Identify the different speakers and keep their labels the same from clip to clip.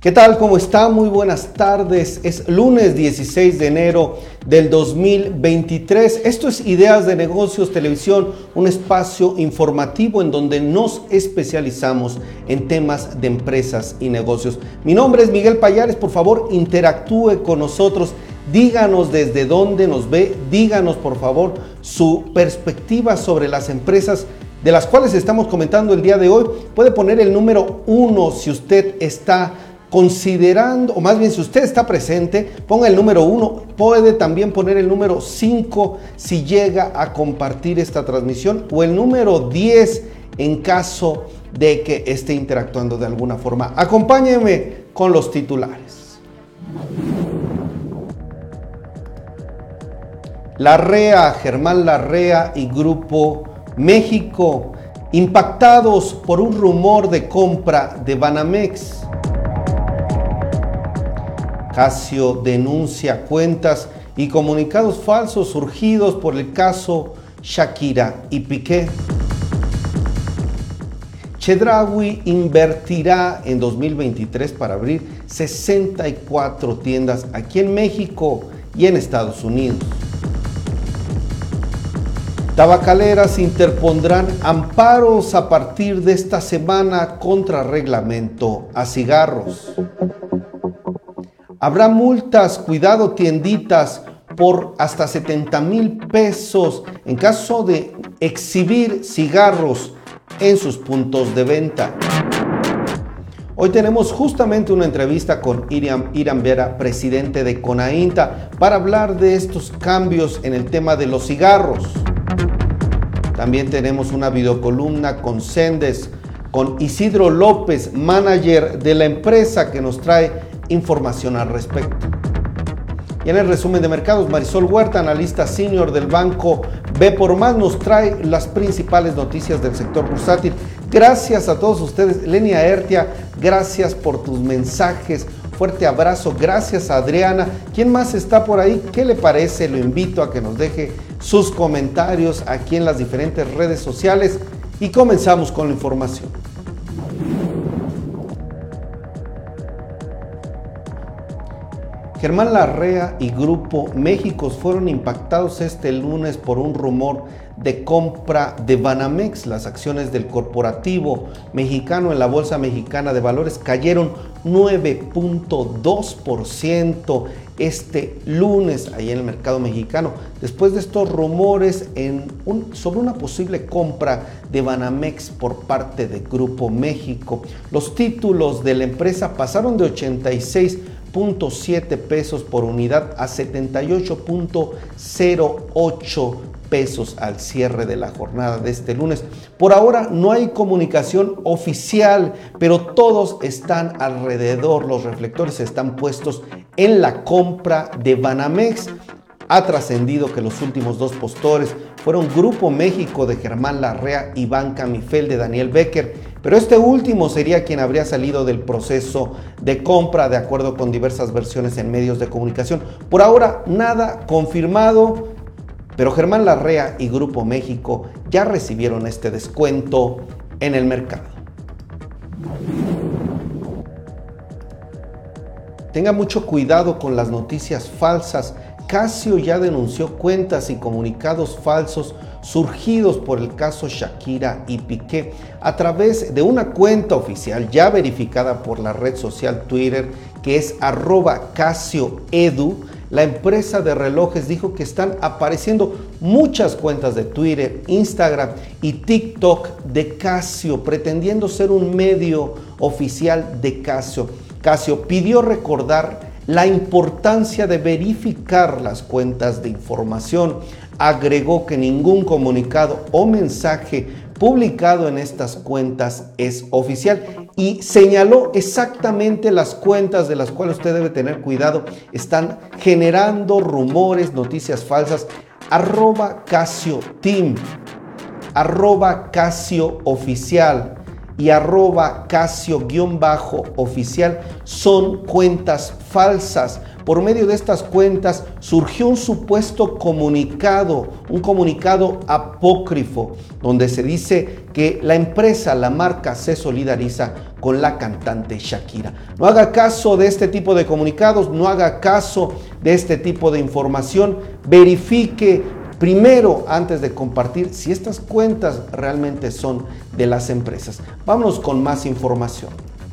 Speaker 1: ¿Qué tal? ¿Cómo está? Muy buenas tardes. Es lunes 16 de enero del 2023. Esto es Ideas de Negocios Televisión, un espacio informativo en donde nos especializamos en temas de empresas y negocios. Mi nombre es Miguel Payares. Por favor, interactúe con nosotros. Díganos desde dónde nos ve. Díganos, por favor, su perspectiva sobre las empresas de las cuales estamos comentando el día de hoy. Puede poner el número 1 si usted está considerando, o más bien si usted está presente, ponga el número 1, puede también poner el número 5 si llega a compartir esta transmisión, o el número 10 en caso de que esté interactuando de alguna forma. Acompáñenme con los titulares. Larrea, Germán Larrea y Grupo México impactados por un rumor de compra de Banamex. Casio denuncia cuentas y comunicados falsos surgidos por el caso Shakira y Piqué. Chedraui invertirá en 2023 para abrir 64 tiendas aquí en México y en Estados Unidos. Tabacaleras interpondrán amparos a partir de esta semana contra reglamento a cigarros. Habrá multas, cuidado tienditas, por hasta 70,000 pesos en caso de exhibir cigarros en sus puntos de venta. Hoy tenemos justamente una entrevista con Irán Vera, presidente de CONAINTA, para hablar de estos cambios en el tema de los cigarros. También tenemos una videocolumna con Sendes, con Isidro López, manager de la empresa, que nos trae información al respecto. Y en el resumen de mercados, Marisol Huerta, analista senior del banco B por Más, nos trae las principales noticias del sector bursátil. Gracias a todos ustedes. Lenia Ertia, gracias por tus mensajes. Fuerte abrazo. Gracias a Adriana. ¿Quién más está por ahí? ¿Qué le parece? Lo invito a que nos deje sus comentarios aquí en las diferentes redes sociales y comenzamos con la información. Germán Larrea y Grupo México fueron impactados este lunes por un rumor de compra de Banamex. Las acciones del corporativo mexicano en la Bolsa Mexicana de Valores cayeron 9.2% este lunes ahí en el mercado mexicano, después de estos rumores sobre una posible compra de Banamex por parte de Grupo México. Los títulos de la empresa pasaron de 86.7 pesos por unidad a 78.08 pesos al cierre de la jornada de este lunes. Por ahora no hay comunicación oficial, pero todos están alrededor, los reflectores están puestos en la compra de Banamex. Ha trascendido que los últimos dos postores fueron Grupo México de Germán Larrea y Banca Mifel de Daniel Becker, pero este último sería quien habría salido del proceso de compra, de acuerdo con diversas versiones en medios de comunicación. Por ahora nada confirmado, pero Germán Larrea y Grupo México ya recibieron este descuento en el mercado. Tenga mucho cuidado con las noticias falsas. Casio ya denunció cuentas y comunicados falsos surgidos por el caso Shakira y Piqué. A través de una cuenta oficial ya verificada por la red social Twitter, que es @CasioEdu, la empresa de relojes dijo que están apareciendo muchas cuentas de Twitter, Instagram y TikTok de Casio, pretendiendo ser un medio oficial de Casio. Casio pidió recordar la importancia de verificar las cuentas de información. Agregó que ningún comunicado o mensaje publicado en estas cuentas es oficial y señaló exactamente las cuentas de las cuales usted debe tener cuidado. Están generando rumores, noticias falsas. @CasioTeam, @CasioOficial y @Casio_oficial son cuentas falsas. Por medio de estas cuentas surgió un supuesto comunicado, un comunicado apócrifo, donde se dice que la empresa, la marca, se solidariza con la cantante Shakira. No haga caso de este tipo de comunicados, no haga caso de este tipo de información. Verifique primero antes de compartir si estas cuentas realmente son de las empresas. Vámonos con más información.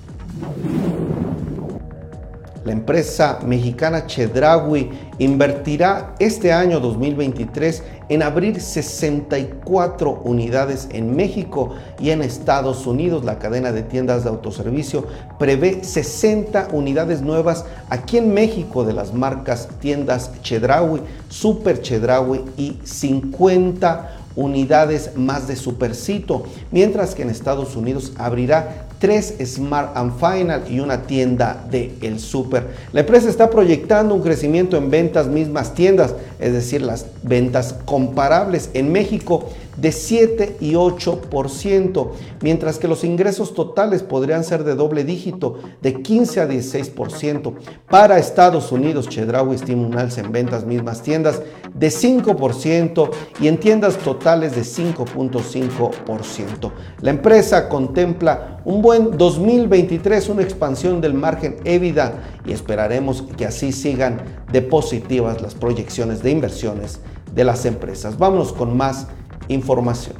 Speaker 1: La empresa mexicana Chedraui invertirá este año 2023 en abrir 64 unidades en México y en Estados Unidos. La cadena de tiendas de autoservicio prevé 60 unidades nuevas aquí en México de las marcas tiendas Chedraui, Super Chedraui y 50 unidades más de Supercito, mientras que en Estados Unidos abrirá 3 Smart & Final y una tienda de El Super. La empresa está proyectando un crecimiento en ventas mismas tiendas, es decir, las ventas comparables en México de 7 y 8%, mientras que los ingresos totales podrían ser de doble dígito, de 15 a 16%. Para Estados Unidos, Chedraui estima un alza en ventas mismas tiendas de 5% y en tiendas totales de 5.5%. La empresa contempla un buen 2023, una expansión del margen EBITDA, y esperaremos que así sigan de positivas las proyecciones de inversiones de las empresas. Vámonos con más información.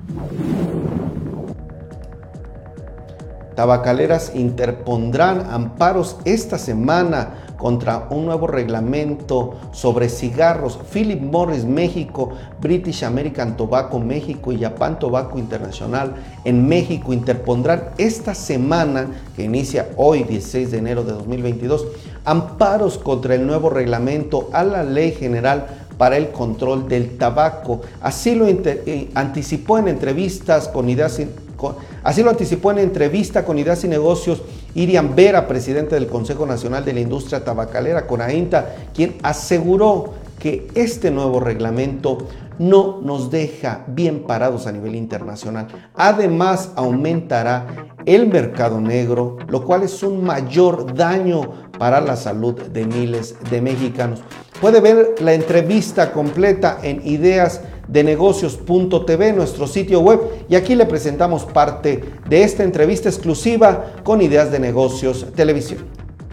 Speaker 1: Tabacaleras interpondrán amparos esta semana contra un nuevo reglamento sobre cigarros. Philip Morris México, British American Tobacco México y Japan Tobacco Internacional en México interpondrán esta semana, que inicia hoy 16 de enero de 2022, amparos contra el nuevo reglamento a la Ley General para el Control del Tabaco. Así lo anticipó en entrevistas con Ideas y Negocios Irian Vera, presidente del Consejo Nacional de la Industria Tabacalera, CONAINTA, quien aseguró que este nuevo reglamento no nos deja bien parados a nivel internacional. Además, aumentará el mercado negro, lo cual es un mayor daño para la salud de miles de mexicanos. Puede ver la entrevista completa en ideasdenegocios.tv, nuestro sitio web, y aquí le presentamos parte de esta entrevista exclusiva con Ideas de Negocios Televisión.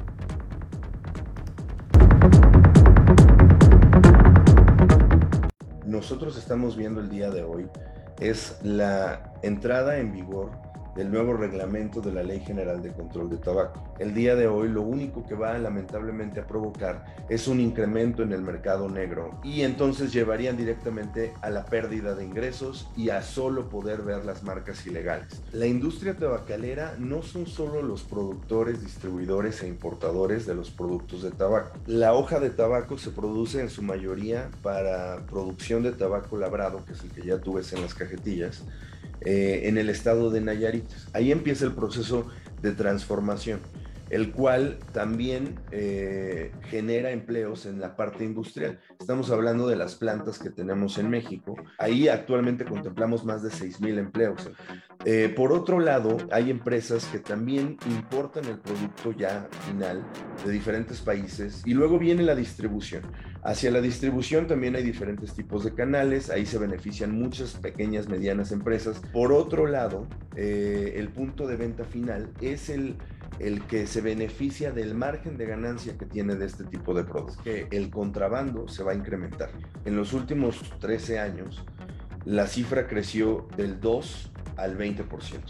Speaker 2: Nosotros estamos viendo el día de hoy es la entrada en vigor del nuevo reglamento de la Ley General de Control de Tabaco. El día de hoy lo único que va lamentablemente a provocar es un incremento en el mercado negro, y entonces llevarían directamente a la pérdida de ingresos y a solo poder ver las marcas ilegales. La industria tabacalera no son solo los productores, distribuidores e importadores de los productos de tabaco. La hoja de tabaco se produce en su mayoría para producción de tabaco labrado, que es el que ya tú ves en las cajetillas, en el estado de Nayarit. Ahí empieza el proceso de transformación, el cual también genera empleos en la parte industrial. Estamos hablando de las plantas que tenemos en México. Ahí actualmente contemplamos más de 6,000 empleos. Por otro lado, hay empresas que también importan el producto ya final de diferentes países, y luego viene la distribución. Hacia la distribución también hay diferentes tipos de canales. Ahí se benefician muchas pequeñas, medianas empresas. Por otro lado, el punto de venta final es el que se beneficia del margen de ganancia que tiene de este tipo de productos, que el contrabando se va a incrementar. En los últimos 13 años, la cifra creció del 2 al 20%,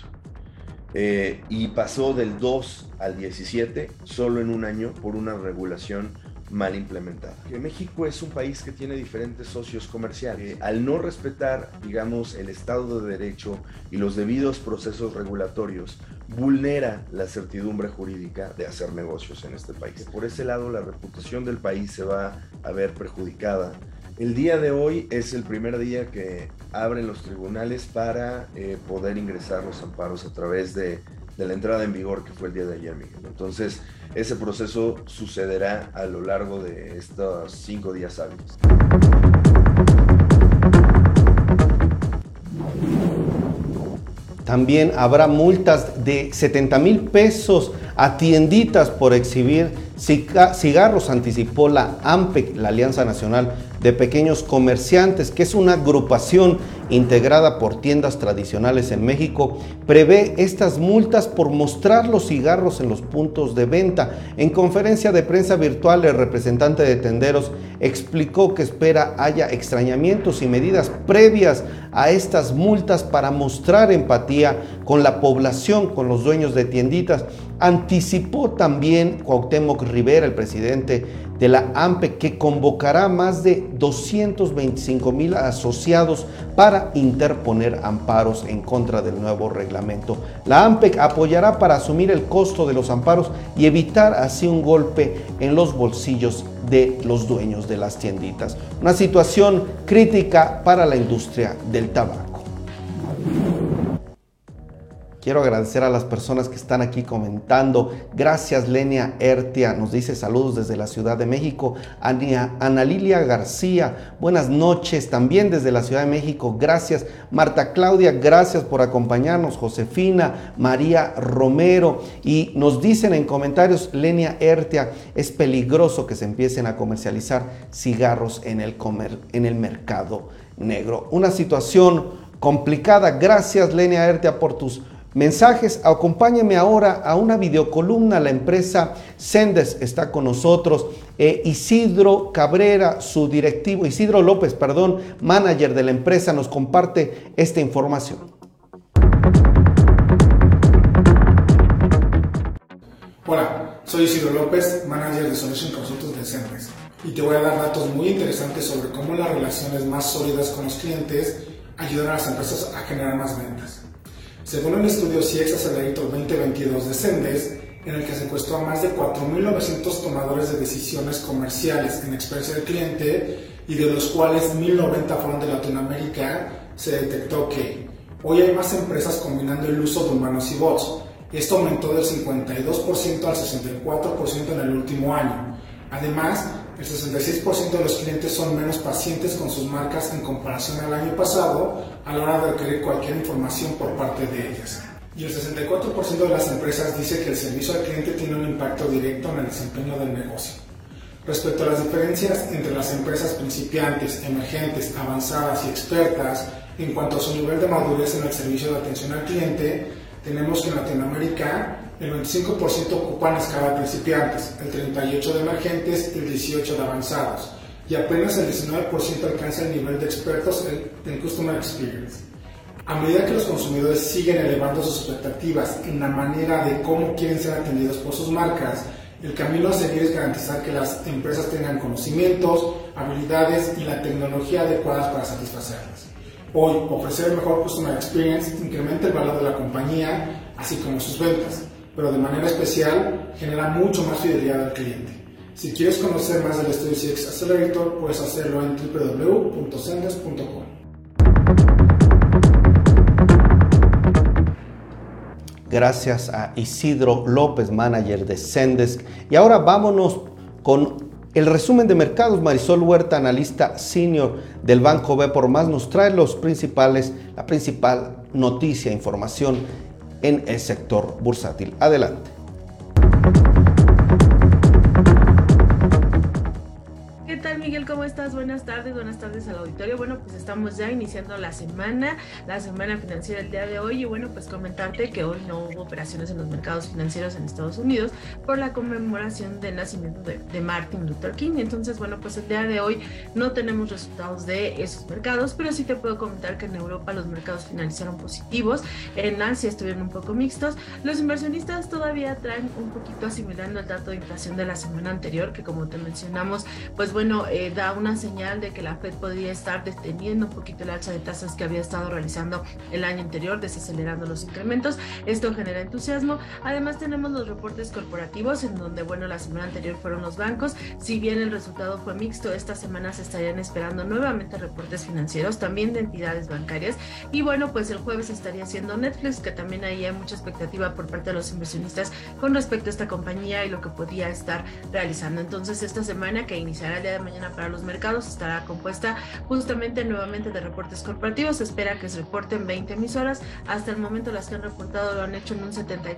Speaker 2: y pasó del 2 al 17 solo en un año por una regulación mal implementada. Que México es un país que tiene diferentes socios comerciales. Al no respetar, digamos, el Estado de Derecho y los debidos procesos regulatorios, vulnera la certidumbre jurídica de hacer negocios en este país. Por ese lado, la reputación del país se va a ver perjudicada. El día de hoy es el primer día que abren los tribunales para poder ingresar los amparos a través de la entrada en vigor, que fue el día de ayer, Miguel. Entonces, ese proceso sucederá a lo largo de estos 5 días hábiles.
Speaker 1: También habrá multas de 70,000 pesos a tienditas por exhibir cigarros, anticipó la AMPEC, la Alianza Nacional de Pequeños Comerciantes, que es una agrupación integrada por tiendas tradicionales en México. Prevé estas multas por mostrar los cigarros en los puntos de venta. En conferencia de prensa virtual, el representante de tenderos explicó que espera haya extrañamientos y medidas previas a estas multas para mostrar empatía con la población, con los dueños de tienditas. Anticipó también Cuauhtémoc Rivera, el presidente de la AMPEC, que convocará más de 225,000 asociados para interponer amparos en contra del nuevo reglamento. La AMPEC apoyará para asumir el costo de los amparos y evitar así un golpe en los bolsillos de los dueños de las tienditas. Una situación crítica para la industria del tabaco. Quiero agradecer a las personas que están aquí comentando. Gracias, Lenia Ertia, nos dice saludos desde la Ciudad de México. Ana Lilia García, buenas noches, también desde la Ciudad de México. Gracias. Marta Claudia, gracias por acompañarnos. Josefina, María Romero. Y nos dicen en comentarios, Lenia Ertia, es peligroso que se empiecen a comercializar cigarros en el mercado negro. Una situación complicada. Gracias, Lenia Ertia, por tus mensajes. Acompáñenme ahora a una videocolumna. La empresa Zendesk está con nosotros. Isidro Cabrera, su directivo, Isidro López, perdón, manager de la empresa, nos comparte esta información.
Speaker 3: Hola, soy Isidro López, manager de Solution Consultants de Zendesk, y te voy a dar datos muy interesantes sobre cómo las relaciones más sólidas con los clientes ayudan a las empresas a generar más ventas. Según el estudio CX Accelerator 2022 de Zendesk, en el que se encuestó a más de 4,900 tomadores de decisiones comerciales en experiencia del cliente, y de los cuales 1,090 fueron de Latinoamérica, se detectó que hoy hay más empresas combinando el uso de humanos y bots. Esto aumentó del 52% al 64% en el último año. Además, el 66% de los clientes son menos pacientes con sus marcas en comparación al año pasado a la hora de requerir cualquier información por parte de ellas. Y el 64% de las empresas dice que el servicio al cliente tiene un impacto directo en el desempeño del negocio. Respecto a las diferencias entre las empresas principiantes, emergentes, avanzadas y expertas en cuanto a su nivel de madurez en el servicio de atención al cliente, tenemos que en Latinoamérica el 25% ocupan escala de principiantes, el 38% de emergentes y el 18% de avanzados, y apenas el 19% alcanza el nivel de expertos en Customer Experience. A medida que los consumidores siguen elevando sus expectativas en la manera de cómo quieren ser atendidos por sus marcas, el camino a seguir es garantizar que las empresas tengan conocimientos, habilidades y la tecnología adecuadas para satisfacerlas. Hoy, ofrecer el mejor Customer Experience incrementa el valor de la compañía, así como sus ventas, pero de manera especial genera mucho más fidelidad al cliente. Si quieres conocer más del estudio CX Accelerator, puedes hacerlo en www.zendesk.com.
Speaker 1: Gracias a Isidro López, manager de Zendesk. Y ahora vámonos con el resumen de mercados. Marisol Huerta, analista senior del Banco B por Más, nos trae la principal noticia, información en el sector bursátil. Adelante.
Speaker 4: ¿Qué tal, Miguel? ¿Cómo estás? Buenas tardes al auditorio. Bueno, pues estamos ya iniciando la semana financiera el día de hoy, y bueno, pues comentarte que hoy no hubo operaciones en los mercados financieros en Estados Unidos por la conmemoración del nacimiento de Martin Luther King. Entonces, bueno, pues el día de hoy no tenemos resultados de esos mercados, pero sí te puedo comentar que en Europa los mercados finalizaron positivos, en Asia estuvieron un poco mixtos. Los inversionistas todavía traen un poquito asimilando el dato de inflación de la semana anterior, que como te mencionamos, pues bueno, da una señal de que la Fed podría estar deteniendo un poquito el alza de tasas que había estado realizando el año anterior, desacelerando los incrementos. Esto genera entusiasmo. Además tenemos los reportes corporativos, en donde, bueno, la semana anterior fueron los bancos. Si bien el resultado fue mixto, esta semana se estarían esperando nuevamente reportes financieros, también de entidades bancarias. Y bueno, pues el jueves estaría siendo Netflix, que también ahí hay mucha expectativa por parte de los inversionistas con respecto a esta compañía y lo que podía estar realizando. Entonces, esta semana, que iniciará el día de mañana semana para los mercados estará compuesta justamente nuevamente de reportes corporativos. Se espera que se reporten 20 emisoras. Hasta el momento las que han reportado lo han hecho en un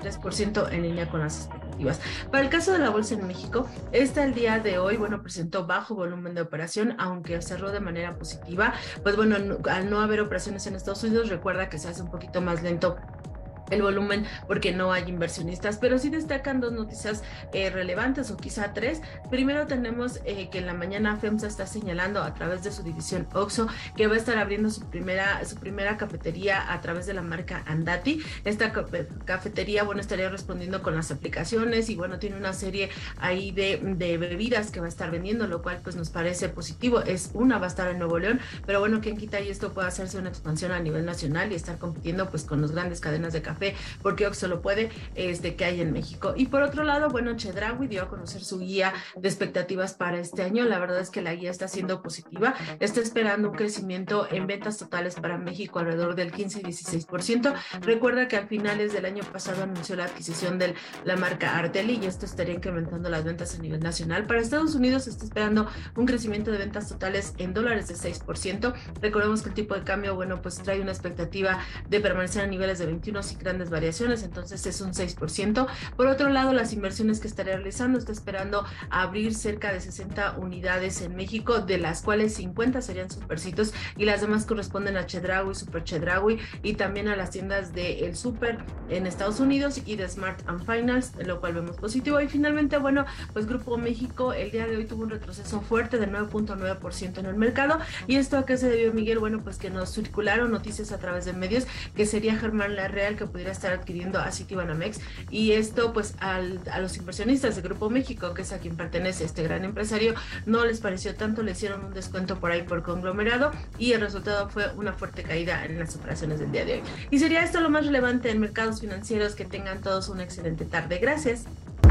Speaker 4: 73% en línea con las expectativas. Para el caso de la bolsa en México, el día de hoy, presentó bajo volumen de operación, aunque cerró de manera positiva. Pues al no haber operaciones en Estados Unidos, recuerda que se hace un poquito más lento el volumen porque no hay inversionistas, pero sí destacan dos noticias relevantes, o quizá tres. Primero tenemos que en la mañana FEMSA está señalando a través de su división OXXO que va a estar abriendo su primera cafetería a través de la marca Andati. Esta cafetería, estaría respondiendo con las aplicaciones y tiene una serie ahí de bebidas que va a estar vendiendo, lo cual pues nos parece positivo. Va a estar en Nuevo León, pero quien quita y esto puede hacerse una expansión a nivel nacional y estar compitiendo pues con las grandes cadenas de café, porque OXXO lo puede, que hay en México. Y por otro lado, Chedraui dio a conocer su guía de expectativas para este año. La verdad es que la guía está siendo positiva, está esperando un crecimiento en ventas totales para México alrededor del 15 y 16%. Recuerda que a finales del año pasado anunció la adquisición de la marca Arteli y esto estaría incrementando las ventas a nivel nacional. Para Estados Unidos se está esperando un crecimiento de ventas totales en dólares de 6%. Recordemos que el tipo de cambio, pues trae una expectativa de permanecer a niveles de 21 sin grandes variaciones, entonces es un 6%. Por otro lado, las inversiones que estaría realizando, está esperando abrir cerca de 60 unidades en México, de las cuales 50 serían Supercitos y las demás corresponden a Chedraui, Super Chedraui y también a las tiendas de El Super en Estados Unidos y de Smart & Finance, lo cual vemos positivo. Y finalmente, pues Grupo México el día de hoy tuvo un retroceso fuerte de 9.9% en el mercado. ¿Y esto a qué se debió, Miguel? Pues que nos circularon noticias a través de medios que sería Germán Larreal que pudiera estar adquiriendo a Citibanamex, y esto pues a los inversionistas de Grupo México, que es a quien pertenece este gran empresario, no les pareció tanto, le hicieron un descuento por ahí por conglomerado y el resultado fue una fuerte caída en las operaciones del día de hoy. Y sería esto lo más relevante en mercados financieros. Que tengan todos una excelente tarde. Gracias.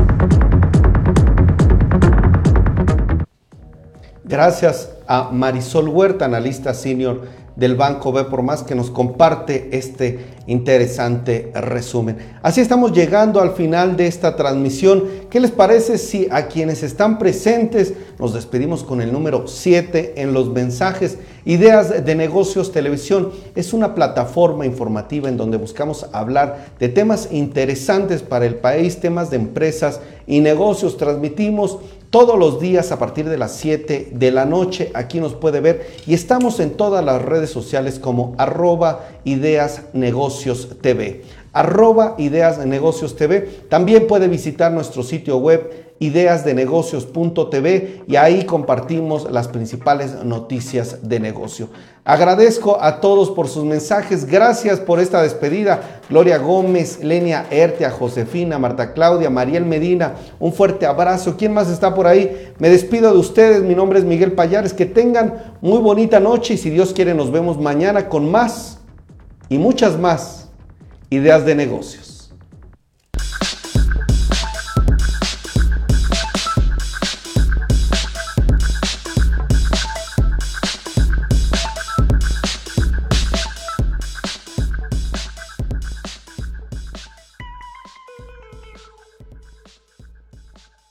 Speaker 1: Gracias a Marisol Huerta, analista senior del Banco B por Más, que nos comparte este interesante resumen. Así estamos llegando al final de esta transmisión. ¿Qué les parece si a quienes están presentes nos despedimos con el número 7 en los mensajes? Ideas de Negocios Televisión es una plataforma informativa en donde buscamos hablar de temas interesantes para el país, temas de empresas y negocios. Transmitimos todos los días a partir de las 7 de la noche. Aquí nos puede ver y estamos en todas las redes sociales como @IdeasNegociosTV. @IdeasNegociosTV. También puede visitar nuestro sitio web ideasdenegocios.tv y ahí compartimos las principales noticias de negocio. Agradezco a todos por sus mensajes. Gracias por esta despedida. Gloria Gómez, Lenia Ertia, Josefina, Marta Claudia, Mariel Medina, un fuerte abrazo. ¿Quién más está por ahí? Me despido de ustedes. Mi nombre es Miguel Pallares. Que tengan muy bonita noche y si Dios quiere nos vemos mañana con más y muchas más ideas de negocios.